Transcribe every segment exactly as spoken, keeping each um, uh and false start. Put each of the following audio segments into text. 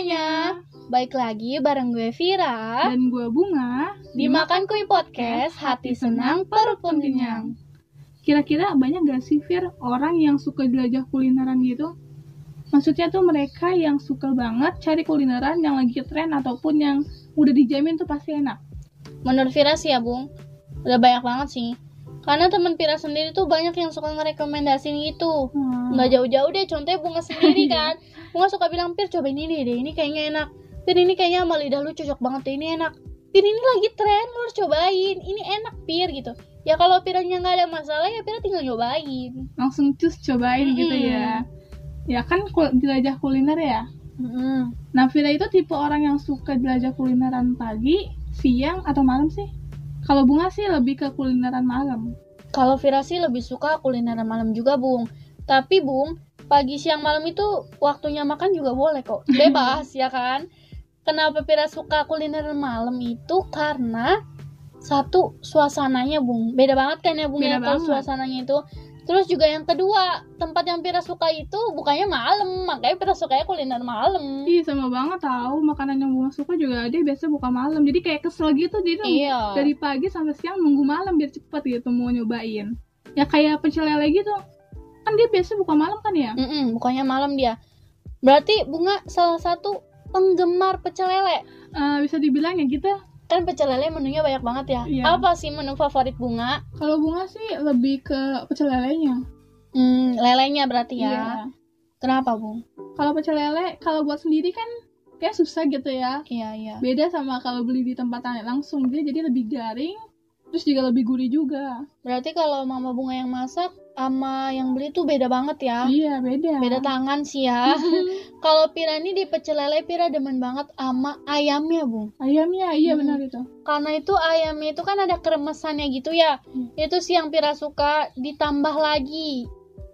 semuanya, baik lagi bareng gue Vira dan gue Bunga di Makan Kuy Podcast, hati senang perut pun kenyang. Kira-kira banyak gak sih Vir orang yang suka jelajah kulineran gitu? Maksudnya tuh mereka yang suka banget cari kulineran yang lagi tren ataupun yang udah dijamin tuh pasti enak. Menurut Vira sih ya Bung, udah banyak banget sih. Karena teman Vira sendiri tuh banyak yang suka ngerekomendasiin gitu. Hmm. Nggak jauh-jauh deh, contohnya Bunga sendiri kan. Bunga suka bilang, Pir coba ini deh, ini kayaknya enak. Pir ini kayaknya sama lidah lu cocok banget deh, ini enak. Pir ini lagi tren, lu harus cobain. Ini enak Pir gitu. Ya kalau Piranya nggak ada masalah ya Pira tinggal nyobain. Langsung cus cobain mm-hmm. gitu ya. Ya kan kul- jelajah kuliner ya. Mm-hmm. Nah Vira itu tipe orang yang suka jelajah kulineran pagi, siang atau malam sih? Kalau Bunga sih lebih ke kulineran malam. Kalau Vira sih lebih suka kulineran malam juga, Bung. Tapi, Bung, pagi, siang, malam itu waktunya makan juga boleh kok. Bebas, ya kan? Kenapa Vira suka kulineran malam itu? Karena satu, suasananya, Bung. Beda banget kan ya, Bung, ya, kalau suasananya itu. Terus juga yang kedua, tempat yang Vira suka itu bukannya malam, makanya Vira sukanya kuliner malam. Iya sama banget tahu, makanan yang Bunga suka juga ada biasa buka malam. Jadi kayak kesel gitu, jadi iya. dari pagi sampai siang nunggu malam biar cepet gitu mau nyobain. Ya kayak pecel lele gitu, kan dia biasa buka malam kan ya? Mm-mm, bukannya malam dia. Berarti Bunga salah satu penggemar pecel lele. Uh, bisa dibilang ya gitu. Kan pecel lele menunya banyak banget ya. Iya. Apa sih menu favorit Bunga? Kalau Bunga sih lebih ke pecel lelenya. Hmm, lelenya berarti ya. Iya. Kenapa, Bung? Kalau pecel lele kalau buat sendiri kan kayak susah gitu ya. Iya, iya. Beda sama kalau beli di tempat langsung, dia jadi lebih garing, terus juga lebih gurih juga. Berarti kalau Mama Bunga yang masak sama yang beli tuh beda banget ya. Iya, beda. Beda tangan sih ya. Kalau Pira ini di pecel lele Pira demen banget sama ayamnya, Bung. Ayamnya, iya hmm. benar itu. Karena itu ayamnya itu kan ada kremesannya gitu ya. Hmm. Itu sih yang Pira suka, ditambah lagi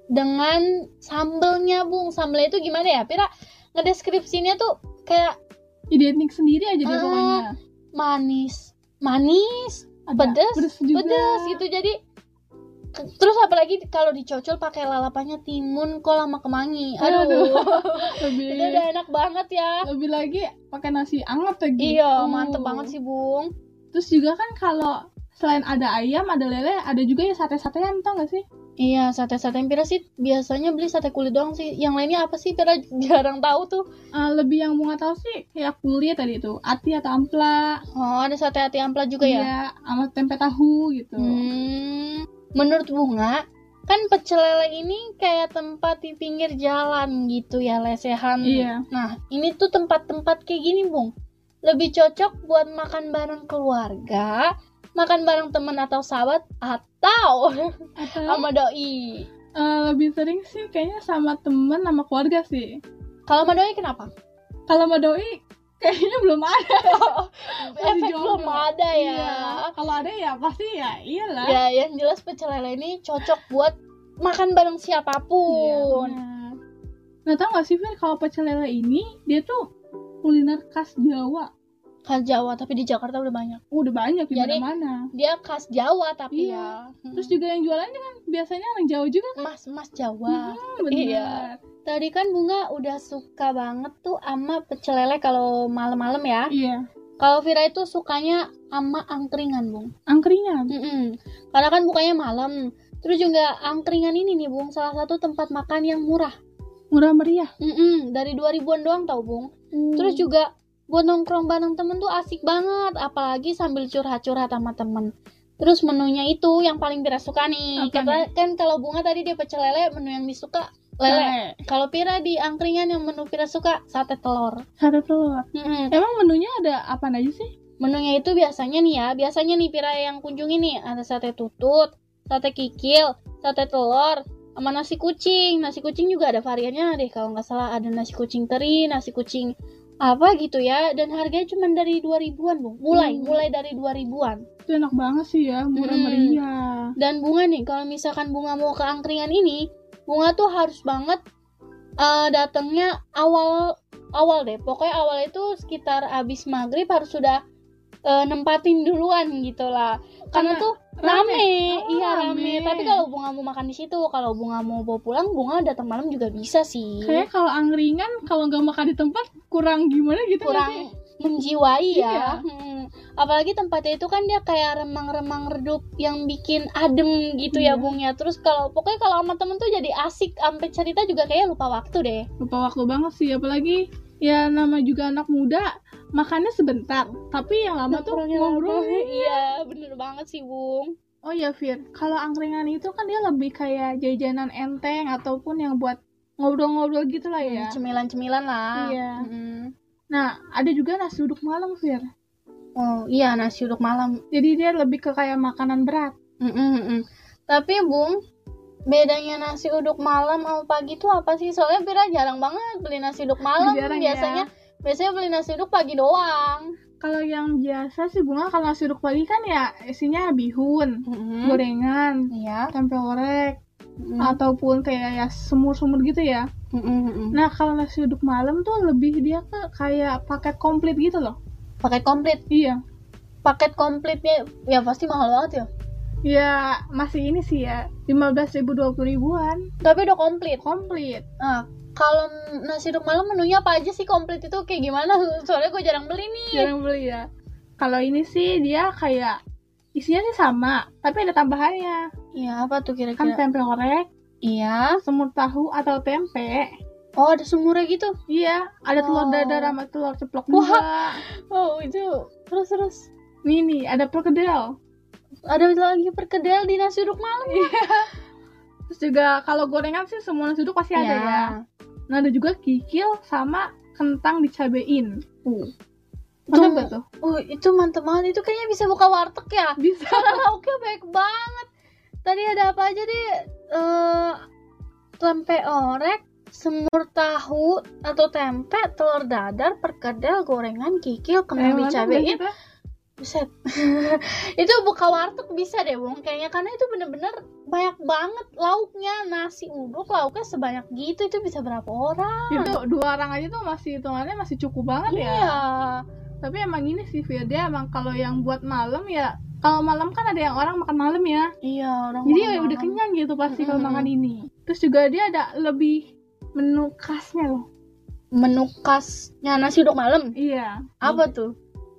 dengan sambelnya, Bung. Sambelnya itu gimana ya? Pira ngedeskripsinya tuh kayak identik sendiri aja deh uh, pokoknya. Manis, manis, ada, pedes, pedes, juga. pedes gitu. Jadi terus apalagi kalau dicocol pakai lalapannya timun, kol sama kemangi. Aduh. Aduh. Lebih itu udah enak banget ya. Lebih lagi pakai nasi anget lagi. Iya, oh. Mantep banget sih, Bung. Terus juga kan kalau selain ada ayam, ada lele, ada juga ya sate-satean, tau gak sih? Iya, sate-satean Pira sih biasanya beli sate kulit doang sih. Yang lainnya apa sih? Pira jarang tahu tuh. Uh, lebih yang Bunga tahu sih kayak kulit tadi itu, ati atau ampla. Oh, ada sate ati ampla juga iya, ya? Iya, sama tempe tahu gitu. Hmm. Menurut Bunga, kan pecel lele ini kayak tempat di pinggir jalan gitu ya, lesehan. Iya. Nah, ini tuh tempat-tempat kayak gini, Bung. Lebih cocok buat makan bareng keluarga, makan bareng teman atau sahabat, atau, atau? sama doi. Uh, lebih sering sih kayaknya sama teman sama keluarga sih. Kalau sama doi kenapa? Kalau sama doi kayaknya belum ada. Oh, efek belum ada ya. Iya. Kalau ada ya pasti ya iyalah. Ya yang jelas pecel lele ini cocok buat makan bareng siapapun. Iya, nah tau gak sih Fir, kalau pecel lele ini dia tuh kuliner khas Jawa. Khas Jawa, tapi di Jakarta udah banyak. Oh, udah banyak di Jadi, mana-mana. Dia khas Jawa tapi iya. ya. Terus juga yang jualannya kan biasanya orang Jawa juga kan. Mas-mas Jawa. Hmm, bener. Iya. Tadi kan Bunga udah suka banget tuh sama pecel lele kalau malam-malam ya. Iya. Kalau Vira itu sukanya sama angkringan, Bung. Angkringan? Mm-mm. Karena kan bukanya malam. Terus juga angkringan ini nih, Bung, salah satu tempat makan yang murah. Murah meriah? Mm-mm. Dari dua ribuan doang tau, Bung. Hmm. Terus juga buat nongkrong bareng temen tuh asik banget. Apalagi sambil curhat-curhat sama temen. Terus menunya itu yang paling Vira suka nih. Karena kan kalau Bunga tadi dia pecel lele, menu yang disuka lele. Kalau Pira di angkringan yang menu Pira suka sate telur. Sate telur. Mm-hmm. Emang menunya ada apa aja sih? Menunya itu biasanya nih ya, biasanya nih Pira yang kunjungi nih ada sate tutut, sate kikil, sate telur, sama nasi kucing. Nasi kucing juga ada variannya deh kalau nggak salah, ada nasi kucing teri, nasi kucing apa gitu ya. Dan harganya cuma dari dua ribuan, Bung. Mulai, hmm. mulai dari dua ribuan. Itu enak banget sih ya, murah hmm. meriah. Dan Bunga nih, kalau misalkan Bunga mau ke angkringan ini, Bunga tuh harus banget uh, datangnya awal awal deh. Pokoknya awal itu sekitar abis maghrib harus sudah uh, nempatin duluan gitu lah. Karena, Karena tuh rame, Oh, iya rame. rame. Tapi kalau bunga mau makan di situ, kalau bunga mau bawa pulang, bunga datang malam juga bisa sih. Kayaknya kalau angkringan kalau nggak makan di tempat kurang gimana gitu nggak Kurang sih? menjiwai ya. Iya. Hmm. Apalagi tempatnya itu kan dia kayak remang-remang redup yang bikin adem gitu ya Iya. Bung ya. Terus kalau pokoknya kalau sama temen tuh jadi asik, sampai cerita juga kayak lupa waktu deh. Lupa waktu banget sih, apalagi ya nama juga anak muda, makannya sebentar, tapi yang lama tuh Nongkrongnya ngobrol. lama. Iya, bener banget sih Bung. Oh ya Fir, kalau angkringan itu kan dia lebih kayak jajanan enteng ataupun yang buat ngobrol-ngobrol gitu lah ya. Cemilan-cemilan lah. Iya. Mm-mm. Nah, ada juga nasi uduk malam Fir. Oh iya, nasi uduk malam. Jadi dia lebih ke kayak makanan berat. Mm-mm-mm. Tapi Bung, bedanya nasi uduk malam sama pagi tuh apa sih? Soalnya Pira jarang banget beli nasi uduk malam. Jarang ya. biasanya biasanya beli nasi uduk pagi doang. Kalau yang biasa sih Bunga, kalau nasi uduk pagi kan ya isinya bihun, Mm-mm. gorengan, Iya. tempe orek, Mm-mm. ataupun kayak ya semur-semur gitu ya. Mm-mm-mm. Nah, kalau nasi uduk malam tuh lebih dia ke kayak paket komplit gitu loh. Paket komplit. Iya. Paket komplitnya ya pasti mahal banget ya. Ya, masih ini sih ya, lima belas ribu dua puluh ribuan. Tapi udah komplit. Komplit. Nah, kalau nasi uduk malam menunya apa aja sih komplit itu kayak gimana? Soalnya gue jarang beli nih. Jarang beli ya. Kalau ini sih dia kayak isinya sih sama, tapi ada tambahannya. Iya, apa tuh Kan kira-kira? tempe orek, Iya. semur tahu atau tempe. Oh, ada semurnya gitu. Iya, ada telur Oh. dadar sama telur ceplok Wah. juga. Oh, itu terus terus. Nih nih, ada perkedel. Ada lagi perkedel di nasi uduk malam. Terus juga kalau gorengan sih semua nasi uduk pasti ada Iya. ya. Nah, ada juga kikil sama kentang dicabein. Uh. Mantap Itu- gak tuh? Oh, itu mantep banget. Itu kayaknya bisa buka warteg ya. Bisa. Karena lauknya banyak banget. Tadi ada apa aja deh? Eh, tempe orek, semur tahu atau tempe, telur dadar, perkedel, gorengan, kikil, kentang Eh, mantap gak dicabein. sih, Teh? Buset. Itu buka warteg bisa deh, Bung. Kayaknya karena itu bener-bener banyak banget lauknya. Nasi uduk lauknya sebanyak gitu. Itu bisa berapa orang? Itu dua orang aja tuh masih hitungannya masih cukup banget ya. Iya. Tapi emang ini sih Fir, dia emang kalau yang buat malam ya, kalau malam kan ada yang orang makan malam ya. Iya, orang Jadi makan ya udah malam. kenyang gitu pasti kalau Mm-mm. makan ini. Terus juga dia ada lebih menu khasnya loh. Menu khasnya nasi uduk malam. Iya. Apa tuh?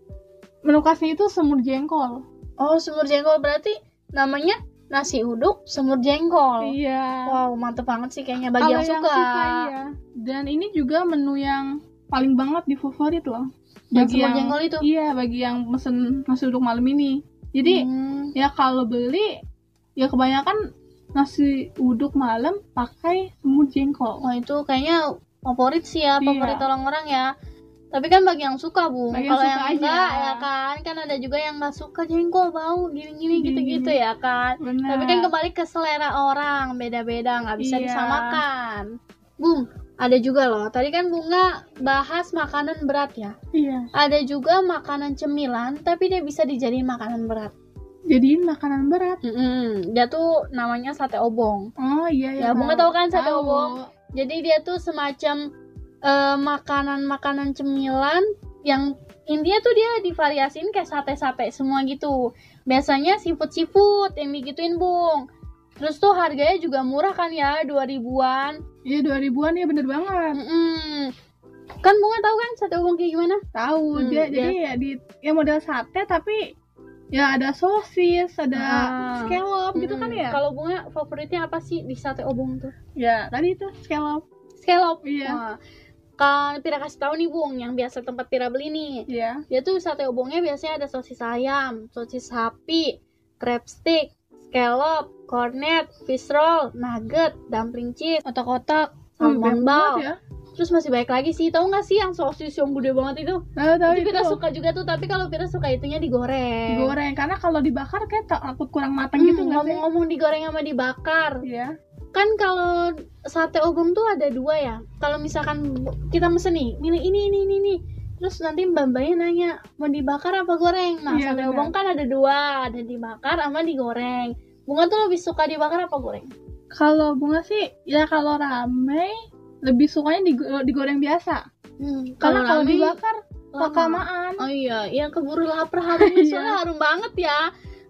Menu khasnya itu semur jengkol. Oh, semur jengkol berarti namanya nasi uduk semur jengkol. Iya. Wow, mantep banget sih kayaknya bagi Kalau yang suka. iya. Dan ini juga menu yang paling banget di favorit loh. Yang semur jengkol itu? Iya, bagi yang mesen nasi uduk malam ini. Jadi Hmm. ya kalau beli ya kebanyakan nasi uduk malam pakai semur jengkol. Wah, itu kayaknya favorit sih ya, Iya. favorit orang-orang ya. Tapi kan bagi yang suka, Bung. Bagi yang Kalau suka yang aja. enggak ya kan, kan ada juga yang enggak suka jengkol bau gini-gini gitu-gitu Gini-gini. ya kan. Benar. Tapi kan kembali ke selera orang, beda-beda, nggak bisa Iya. disamakan. Bung, ada juga loh. Tadi kan Bunga bahas makanan berat ya. Iya. Ada juga makanan cemilan, tapi dia bisa dijadiin makanan berat. Jadiin makanan berat. Mm-mm. Dia tuh namanya sate obong. Oh iya Ya, Bunga tahu kan sate Tahu. obong? Jadi dia tuh semacam eh, makanan-makanan cemilan yang intinya tuh dia divariasiin kayak sate-sate semua gitu. Biasanya seafood-seafood yang digituin, Bung. Terus tuh harganya juga murah kan ya, dua ribuan. Iya dua ribuan ya bener banget. Mm-mm. Kan Bunga tahu kan sate obong kayak gimana? Tahu Hmm, dia dia- jadi ya di ya model sate tapi ya ada sosis, ada Ah. scallop gitu kan Mm-mm. ya. Kalau Bunga favoritnya apa sih di sate obong tuh? Ya tadi itu scallop. Scallop. Iya. Wah. Kan Pira kasih tahu nih, Bung, yang biasa tempat Pira beli nih. Iya. Dia tuh sate obongnya biasanya ada sosis ayam, sosis sapi, crab stick, scallop, cornet, fish roll, nugget, dumpling cheese, otak-otak, Wih, salmon banyak ball. banget ya. Terus masih banyak lagi sih. Tahu nggak sih yang sosis yang gede banget itu? Nah, tahu Itu itu. Pira suka juga tuh, tapi kalau Pira suka itunya digoreng. Digoreng karena kalau dibakar kayak takut kurang matang Hmm, gitu nggak sih? ngomong-ngomong digoreng sama dibakar. Iya. Kan kalau sate obong tuh ada dua ya. Kalau misalkan kita mesen nih, milih ini, ini, ini, ini. Terus nanti mbak-mbaknya nanya, mau dibakar apa goreng? Nah, Iya, sate benar. obong kan ada dua. Ada dibakar sama digoreng. Bunga tuh lebih suka dibakar apa goreng? Kalau Bunga sih ya kalau rame lebih sukanya digo- digoreng biasa. Hmm, Karena kalau rame, dibakar lama. kelamaan. Oh iya, yang keburu lapar harumnya soalnya harum banget ya.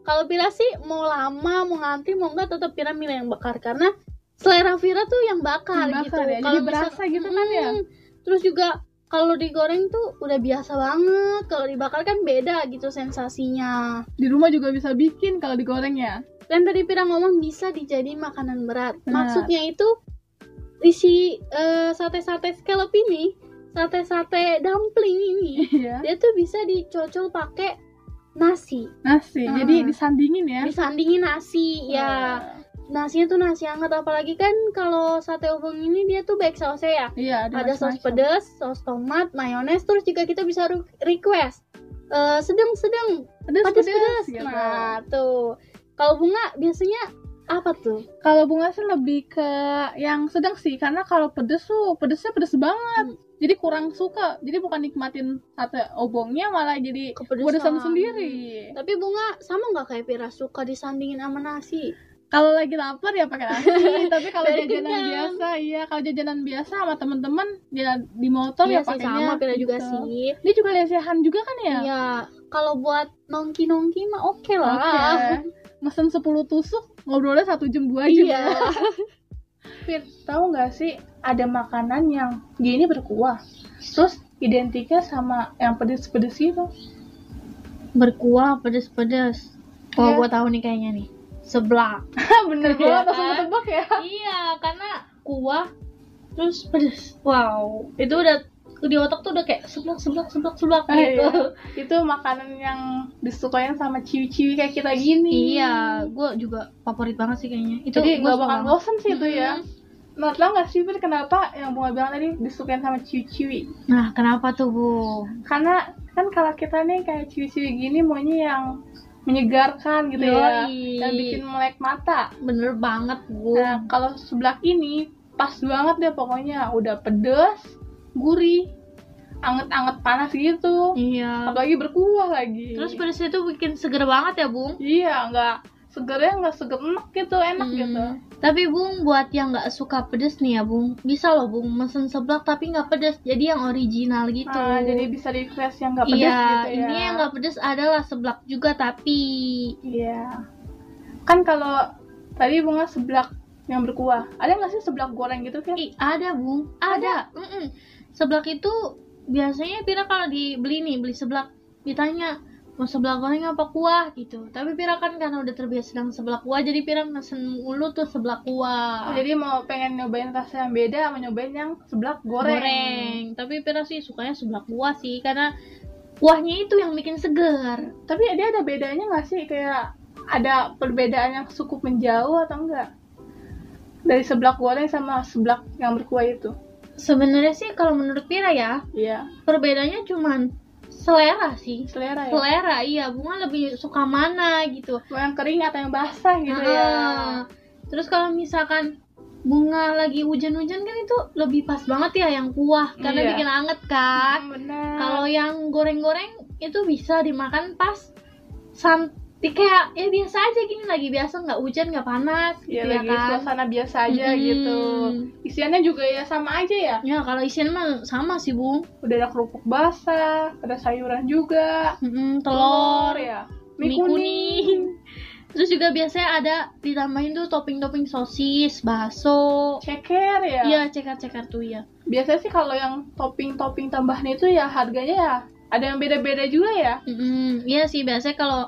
Kalau Vira sih mau lama, mau ngantri, mau enggak tetap Vira milih yang bakar karena selera Vira tuh yang bakar, Yang gitu. bakar ya, Kalau jadi berasa gitu kan ya. Hmm, terus juga kalau digoreng tuh udah biasa banget. Kalau dibakar kan beda gitu sensasinya. Di rumah juga bisa bikin kalau digoreng ya. Dan tadi Vira ngomong bisa dijadiin makanan berat. Nah. Maksudnya itu isi uh, sate-sate scallop ini, sate-sate dumpling ini, Iya. dia tuh bisa dicocol pakai nasi. Nasi. Ah. Jadi disandingin ya. Disandingin nasi, ya. Nasinya tuh nasi hangat, apalagi kan kalau sate obong ini dia tuh baik sausnya ya. Iya, ada, Ada saus macam-macam. pedas, saus tomat, mayones, terus juga kita bisa ru- request uh, sedang-sedang Pedas, pedas-pedas. gitu. Nah, tuh. Kalau Bunga biasanya apa tuh? Kalau Bunga sih lebih ke yang sedang sih, karena kalau pedes tuh pedesnya pedes banget. Hmm. Jadi kurang suka. Jadi bukan nikmatin sate obongnya, malah jadi Kepedesan. kepedesan sendiri. Tapi Bunga sama nggak kayak Vira suka disandingin sama nasi? Kalau lagi lapar ya pakai nasi. Tapi kalau Biar jajanan kenyang. biasa, iya kalau jajanan biasa sama teman-teman dia di motor Iya ya sih, pakainya. sama Vira juga gitu. sih. Dia juga lesehan juga kan ya? Iya, kalau buat nongki-nongki mah oke lah. Oke. Mesen sepuluh tusuk, ngobrolnya satu jam dua jam. Iya. Fir, tahu nggak sih ada makanan yang dia ini berkuah, terus identiknya sama yang pedes-pedes itu? Berkuah, pedes-pedes. Oh, Iya. gua tahu nih kayaknya nih. Seblak. Bener Iya banget, langsung kan? ketebak ya. Iya, karena kuah terus pedes. Wow, itu udah di otak tuh udah kayak seblak, seblak, seblak, seblak Ah, gitu. iya. Itu makanan yang disukain sama ciwi-ciwi kayak kita gini. Iya, gua juga favorit banget sih kayaknya. Itu Jadi gua gak suka bakal banget. bosen sih itu ya. Mm-mm. Menurut lo gak sih Fir, kenapa yang Bunga bilang tadi disukain sama ciwi-ciwi? Nah, kenapa tuh, Bu? Karena kan kalau kita nih kayak ciwi-ciwi gini maunya yang menyegarkan gitu ya, Yoi. dan bikin melek mata. Bener banget, Bu. Nah, kalau seblak ini pas banget deh pokoknya, udah pedes, gurih, anget-anget panas gitu, Iya. apalagi berkuah lagi. Terus pedesnya tuh bikin seger banget ya, Bung. Iya, nggak segernya nggak seger enak gitu, enak Mm. gitu. Tapi Bung, buat yang nggak suka pedes nih ya, Bung, bisa loh Bung mesen seblak tapi nggak pedes, jadi yang original gitu. Nah, jadi bisa request yang nggak pedes iya, gitu ya. ini yang nggak pedes adalah seblak juga tapi Iya. Kan kalau tadi Bunga seblak yang berkuah, ada nggak sih seblak goreng gitu kan? Ih, ada Bung, ada. Mm-mm. Seblak itu biasanya Pira kalau dibeli nih, beli seblak, ditanya mau seblak goreng apa kuah gitu. Tapi Pira kan karena udah terbiasa dengan seblak kuah, jadi Pira mesen mulu tuh seblak kuah. Jadi mau pengen nyobain rasa yang beda sama nyobain yang seblak goreng. Goreng. Tapi Pira sih sukanya seblak kuah sih, karena kuahnya itu yang bikin segar. Tapi dia ada bedanya nggak sih, kayak ada perbedaan yang cukup menjauh atau enggak? Dari seblak goreng sama seblak yang berkuah itu. Sebenarnya sih kalau menurut Pira ya, Iya, perbedaannya cuman selera sih. selera ya. Selera, iya. Bunga lebih suka mana gitu. Mau yang kering atau yang basah gitu Ah, ya. Terus kalau misalkan Bunga lagi hujan-hujan kan itu lebih pas banget ya yang kuah, karena Iya. bikin anget kan. Hmm, benar. Kalau yang goreng-goreng itu bisa dimakan pas santai, kayak ya biasa aja gini, lagi biasa, nggak hujan nggak panas ya gitu ya lagi kan. suasana biasa aja Mm-mm. gitu. Isiannya juga ya sama aja ya. Ya kalau isian mah sama sih Bung. Udah ada kerupuk basah, ada sayuran juga, Mm-mm, telur, ya, mie kuning. Terus juga biasanya ada ditambahin tuh topping-topping sosis, bakso. ceker ya. Iya, cekar-cekar tuh ya. Biasanya sih kalau yang topping-topping tambahan itu ya harganya ya ada yang beda-beda juga ya. Mm-mm, iya sih biasanya kalau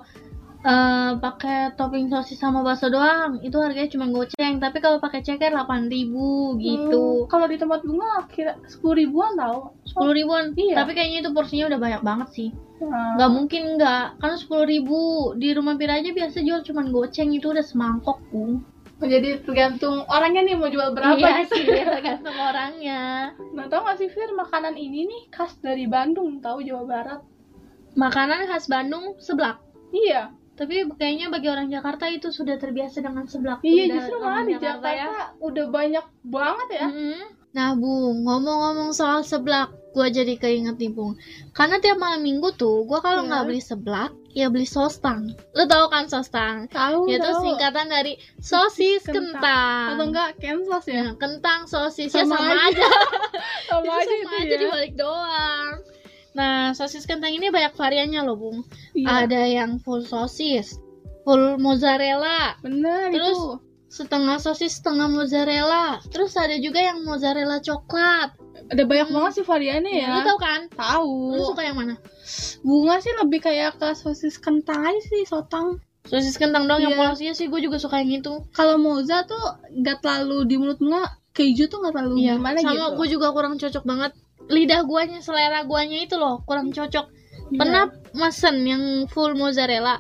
eh, pakai topping sosis sama bakso doang itu harganya cuma goceng, tapi kalau pakai ceker delapan ribu Hmm, gitu. kalau di tempat Bunga kira sepuluh ribuan tau. sepuluh ribuan. Iya. Tapi kayaknya itu porsinya udah banyak banget sih. Nah, Nggak mungkin nggak, karena sepuluh ribu di rumah Pira aja biasa jual cuma goceng, itu udah semangkok Bung. jadi tergantung orangnya nih mau jual berapa Iya gitu. sih, tergantung orangnya. Nah, tau gak sih Fir, makanan ini nih khas dari Bandung, tahu, Jawa Barat. Makanan khas Bandung seblak. Iya. Tapi kayaknya bagi orang Jakarta itu sudah terbiasa dengan seblak. Iya, Udah justru orang malah di Jakarta Jakarta udah banyak banget ya. Mm-mm. Nah Bung, ngomong-ngomong soal seblak, gue jadi keinget nih Bung. Karena tiap malam minggu tuh, gue kalau Iya. nggak beli seblak, ya beli sostang. Lo tau kan sostang? Tahu. Itu singkatan dari sosis kentang. Atau enggak kensos ya? Nah, kentang sosis ya Sama sama aja. aja. Sama Itu aja sama itu aja ya. dibalik doang. Nah, sosis kentang ini banyak variannya loh Bung. Iya. Ada yang full sosis, full mozzarella. Bener. Terus itu setengah sosis setengah mozzarella. Terus ada juga yang mozzarella coklat. ada banyak banget sih variannya ya. Lu tau kan? Tahu. Lu suka yang mana? Bunga sih lebih kayak ke sosis kentang aja sih, sotang. Sosis kentang dong. Yang Iya. polosnya sih gue juga suka yang itu. Kalau moza tuh gak terlalu di mulut bunga, keju tuh gak terlalu Iya, gimana sama gitu. gue juga kurang cocok banget. Lidah guanya, selera guanya itu loh kurang cocok. Iya. Pernah mesen yang full mozzarella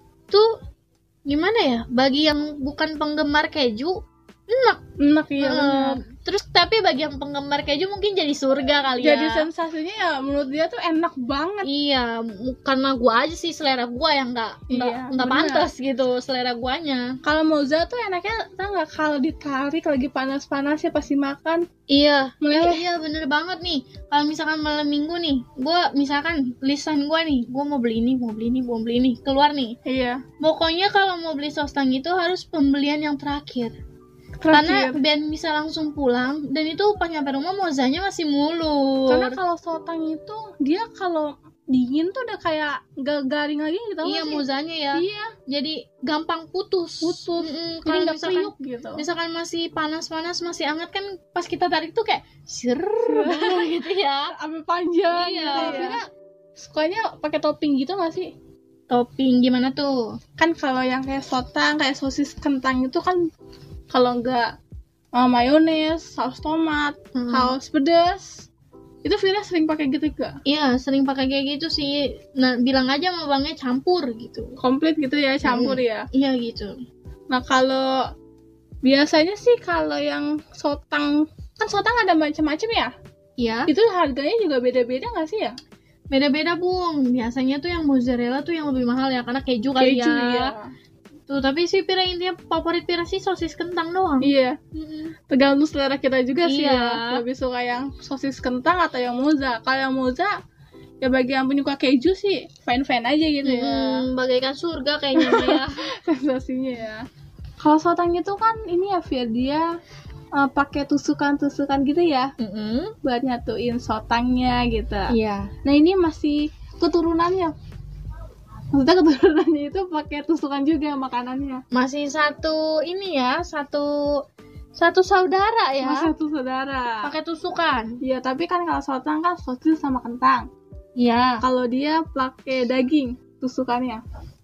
tuh gimana ya? Bagi yang bukan penggemar keju enak. Enak ya. Eh, bener. terus tapi bagi yang penggemar keju mungkin jadi surga kali Jadi ya. sensasinya ya menurut dia tuh enak banget. Iya, mu- karena gua aja sih selera gua yang nggak nggak Iya, nggak bener. pantas gitu selera guanya. Kalau moza tuh enaknya tau nggak kalau ditarik lagi panas-panas ya pasti makan. Iya, Meleleh. iya bener banget nih. Kalau misalkan malam minggu nih, gua misalkan lisan gua nih, gua mau beli ini, mau beli ini, mau beli ini, keluar nih. Iya. Pokoknya kalau mau beli sostang itu harus pembelian yang terakhir. Karena Terakhir. biar bisa langsung pulang dan itu pas nyampe rumah mozanya masih mulur. Karena kalau sotang itu dia kalau dingin tuh udah kayak gak garing lagi gitu. iya sih? mozanya ya. Iya. Jadi gampang putus. Putus. Mm-mm. Jadi Kalau nggak misalkan kriuk gitu. misalkan masih panas-panas masih hangat kan pas kita tarik tuh kayak sir gitu ya. Sampai panjang Iya. gitu ya. Vira sukanya pakai topping gitu gak sih? Topping gimana tuh? Kan kalau yang kayak sotang, kayak sosis kentang itu kan kalau nggak uh, mayones, saus tomat, Hmm. saus pedas, itu Vira sering pakai gitu gak? Iya sering pakai kayak gitu sih. Nah bilang aja sama bangnya campur gitu. Komplit gitu ya, campur ya. Iya gitu. Nah kalau biasanya sih kalau yang sotang, kan sotang ada macam-macam ya. Iya. Itu harganya juga beda-beda nggak sih ya? Beda-beda bung. Biasanya tuh yang mozzarella tuh yang lebih mahal ya karena keju kali Keju ya. ya. Tuh tapi sih Pira intinya favorit Pira sih sosis kentang doang. Iya. Mm-mm. Tergantung selera kita juga sih Iya. ya. Lebih suka yang sosis kentang atau yang moza. Kalau yang moza ya bagi yang penyuka keju sih fine-fine aja gitu ya. Hmm, bagaikan surga kayaknya mah ya. Sensasinya ya. Kalau sotang itu kan ini ya Fir, dia uh, pakai tusukan-tusukan gitu ya Mm-mm. buat nyatuin sotangnya gitu. Iya. Nah ini masih keturunannya. Maksudnya keturunannya itu pakai tusukan juga makanannya. Masih satu ini ya, satu satu saudara ya. Mas satu saudara. Pakai tusukan. Iya, tapi kan kalau sotang kan sosis sama kentang. Iya. Kalau dia pakai daging tusukannya.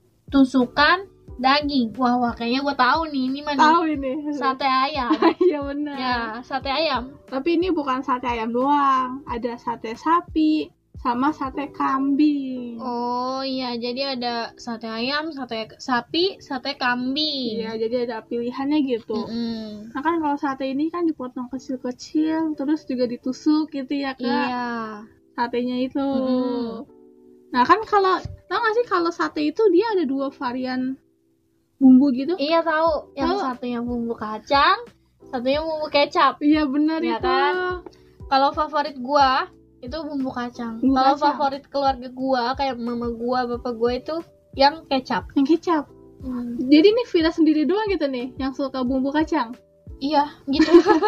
Tusukan daging. Wah, wah kayaknya gue tahu nih, ini mah nih, Tahu ini. sate ayam. Iya benar. Ya, sate ayam. Tapi ini bukan sate ayam doang. Ada sate sapi sama sate kambing. Oh iya, jadi ada sate ayam, sate sapi, sate kambing. Iya, jadi ada pilihannya gitu. Mm-mm. Nah kan kalau sate ini kan dipotong kecil-kecil, terus juga ditusuk gitu ya kak. Iya. Satenya itu. Mm-mm. Nah kan kalau tau gak sih kalau sate itu dia ada dua varian bumbu gitu. Iya tahu. Yang Tahu. satunya bumbu kacang, satunya bumbu kecap. Iya benar Iya itu. kan? Kalau favorit gua itu bumbu kacang. Bumbu Kalau kacang. favorit keluarga gua kayak mama gua, bapak gua itu yang kecap. Yang kecap. Hmm. Jadi nih Vira sendiri doang gitu nih yang suka bumbu kacang. Iya, gitu.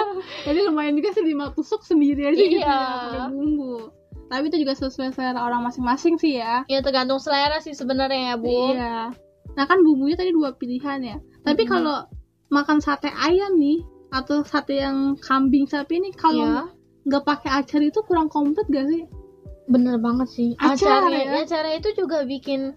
Jadi lumayan juga sih lima tusuk sendiri aja gitu Iya. ya, pakai bumbu. Tapi itu juga sesuai selera orang masing-masing sih ya. Ya tergantung selera sih sebenarnya ya, Bu. Iya. Nah kan bumbunya tadi dua pilihan ya. Tapi Mm-mm. kalau makan sate ayam nih atau sate yang kambing sapi nih kalau Iya. nggak pakai acar itu kurang komplit gak sih? Bener banget sih. Acar, Acarnya, ya? acarnya itu juga bikin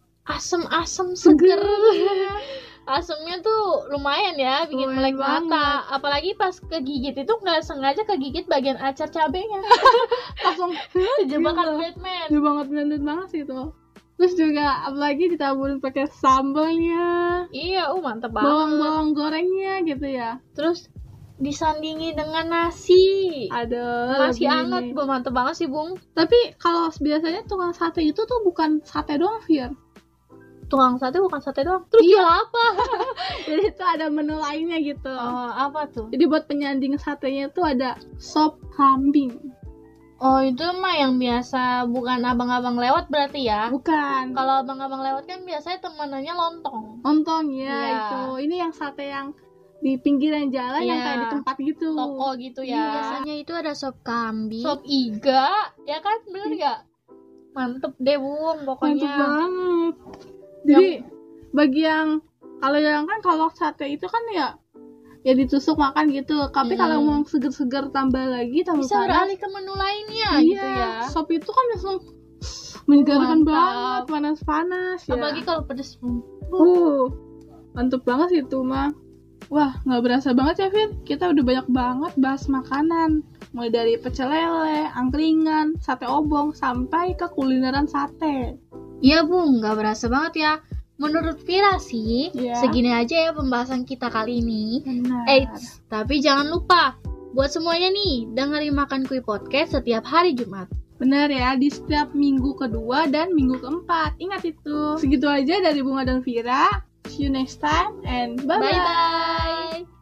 asem-asem Seger. seger. Asemnya tuh lumayan ya, bikin Lumayan melek mata. banget. Apalagi pas kegigit itu nggak sengaja kegigit bagian acar cabenya. Langsung Jebakan Batman. Dia banget blended banget sih itu. Terus juga apalagi ditaburin pakai sambalnya, Iya, uh mantep banget. bawang-bawang gorengnya gitu ya. Terus disandingi dengan nasi. Ada Nasi lebih hangat, ini. gue mantep banget sih, Bung. Tapi kalau biasanya tukang sate itu tuh bukan sate doang, Fir. Tukang sate bukan sate doang. Terus jual apa? Jadi itu ada menu lainnya gitu. Oh, apa tuh? Jadi buat penyanding satenya tuh ada sop kambing. Oh, itu mah yang biasa bukan abang-abang lewat berarti ya. Bukan. Kalau abang-abang lewat kan biasanya temenannya lontong. Lontong ya Iya. itu. Ini yang sate yang di pinggiran jalan yang Iya. kayak di tempat gitu. Toko gitu ya. Iya. Biasanya itu ada sop kambing, sop iga, ya kan? Bener gak? Mantep deh, Bung, Mantap pokoknya. banget. Jadi bagi yang kalau yang kan kalau sate itu kan ya ya ditusuk makan gitu. Tapi Hmm. kalau mau seger-seger tambah lagi tambah Bisa panas. beralih ke menu lainnya Iya, gitu ya. sop itu kan langsung menyegarkan Mantap. banget, panas-panas ya. Apalagi kalau pedes, Bung. Uh, mantep banget sih itu mah. Wah, nggak berasa banget ya, Vin. Kita udah banyak banget bahas makanan. Mulai dari pecel lele, angkringan, sate obong, sampai ke kulineran sate. Iya, Bung, nggak berasa banget ya. Menurut Vira sih, Iya. segini aja ya pembahasan kita kali ini. Benar. Eits, tapi jangan lupa, buat semuanya nih, dengerin Makan Kui Podcast setiap hari Jumat. Benar ya, di setiap minggu kedua dan minggu keempat. Ingat itu. Segitu aja dari Bunga dan Vira. See you next time and bye-bye. Bye-bye.